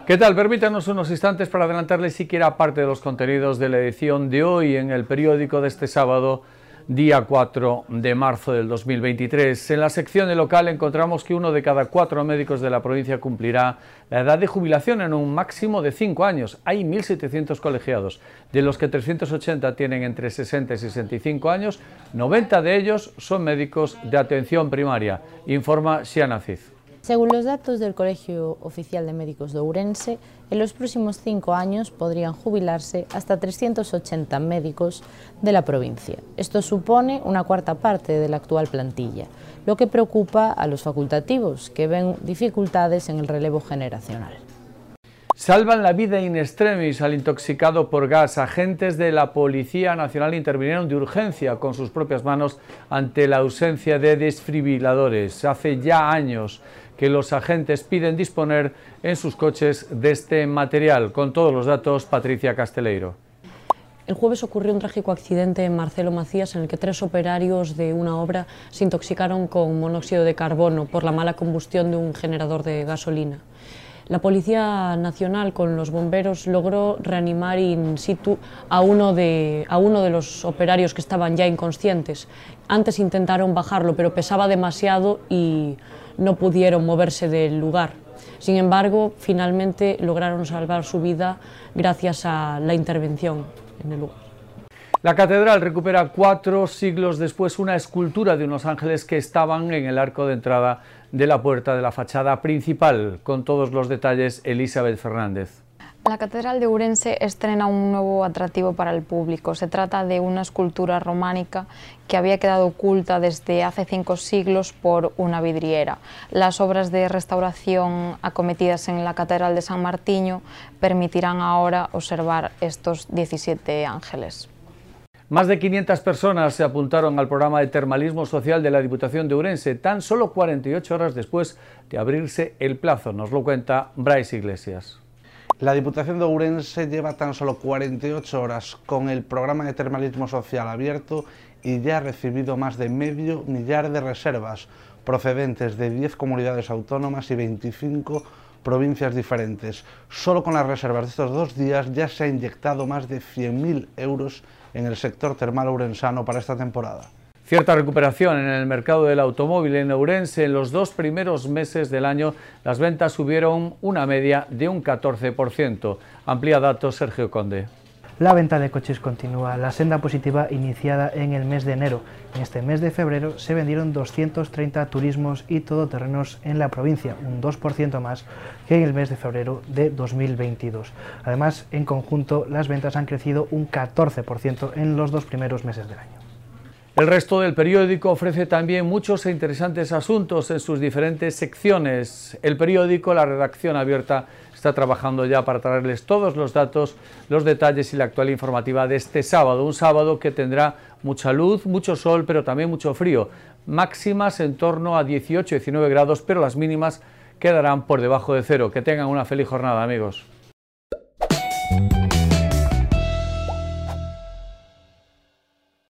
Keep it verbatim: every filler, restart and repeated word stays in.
¿Qué tal? Permítanos unos instantes para adelantarles siquiera parte de los contenidos de la edición de hoy en el periódico de este sábado, día cuatro de marzo del dos mil veintitrés. En la sección de local encontramos que uno de cada cuatro médicos de la provincia cumplirá la edad de jubilación en un máximo de cinco años. Hay mil setecientos colegiados, de los que trescientos ochenta tienen entre sesenta y sesenta y cinco años, noventa de ellos son médicos de atención primaria, informa Xiana Cid. Según los datos del Colegio Oficial de Médicos de Ourense, en los próximos cinco años podrían jubilarse hasta trescientos ochenta médicos de la provincia. Esto supone una cuarta parte de la actual plantilla, lo que preocupa a los facultativos, que ven dificultades en el relevo generacional. Salvan la vida in extremis al intoxicado por gas. Agentes de la Policía Nacional intervinieron de urgencia con sus propias manos ante la ausencia de desfibriladores. Hace ya años que los agentes piden disponer en sus coches de este material. Con todos los datos, Patricia Casteleiro. El jueves ocurrió un trágico accidente en Marcelo Macías en el que tres operarios de una obra se intoxicaron con monóxido de carbono por la mala combustión de un generador de gasolina. La Policía Nacional con los bomberos logró reanimar in situ a uno, de, a uno de los operarios que estaban ya inconscientes. Antes intentaron bajarlo, pero pesaba demasiado y no pudieron moverse del lugar. Sin embargo, finalmente lograron salvar su vida gracias a la intervención en el lugar. La catedral recupera cuatro siglos después una escultura de unos ángeles que estaban en el arco de entrada de la puerta de la fachada principal. Con todos los detalles, Elizabeth Fernández. La Catedral de Ourense estrena un nuevo atractivo para el público. Se trata de una escultura románica que había quedado oculta desde hace cinco siglos por una vidriera. Las obras de restauración acometidas en la Catedral de San Martiño permitirán ahora observar estos diecisiete ángeles. Más de quinientas personas se apuntaron al programa de termalismo social de la Diputación de Ourense, tan solo cuarenta y ocho horas después de abrirse el plazo. Nos lo cuenta Bryce Iglesias. La Diputación de Ourense lleva tan solo cuarenta y ocho horas con el programa de termalismo social abierto y ya ha recibido más de medio millar de reservas procedentes de diez comunidades autónomas y veinticinco provincias diferentes. Solo con las reservas de estos dos días ya se ha inyectado más de cien mil euros en el sector termal ourensano para esta temporada. Cierta recuperación en el mercado del automóvil en Ourense. En los dos primeros meses del año las ventas subieron una media de un catorce por ciento. Amplía datos Sergio Conde. La venta de coches continúa la senda positiva iniciada en el mes de enero. En este mes de febrero se vendieron doscientos treinta turismos y todoterrenos en la provincia, un dos por ciento más que en el mes de febrero de dos mil veintidós. Además, en conjunto, las ventas han crecido un catorce por ciento en los dos primeros meses del año. El resto del periódico ofrece también muchos e interesantes asuntos en sus diferentes secciones. El periódico, la redacción abierta, está trabajando ya para traerles todos los datos, los detalles y la actual informativa de este sábado. Un sábado que tendrá mucha luz, mucho sol, pero también mucho frío. Máximas en torno a dieciocho a diecinueve grados, pero las mínimas quedarán por debajo de cero. Que tengan una feliz jornada, amigos.